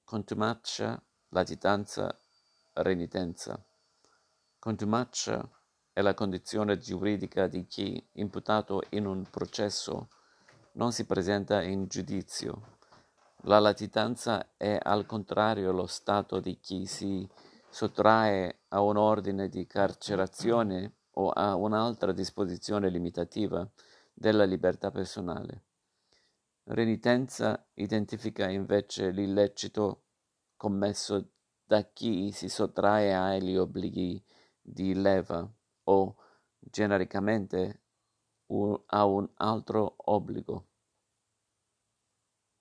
contumacia, latitanza, renitenza. Contumacia è la condizione giuridica di chi, imputato in un processo, non si presenta in giudizio. La latitanza è al contrario lo stato di chi si sottrae a un ordine di carcerazione o a un'altra disposizione limitativa della libertà personale. Renitenza identifica invece l'illecito commesso da chi si sottrae agli obblighi di leva o, genericamente, a un altro obbligo.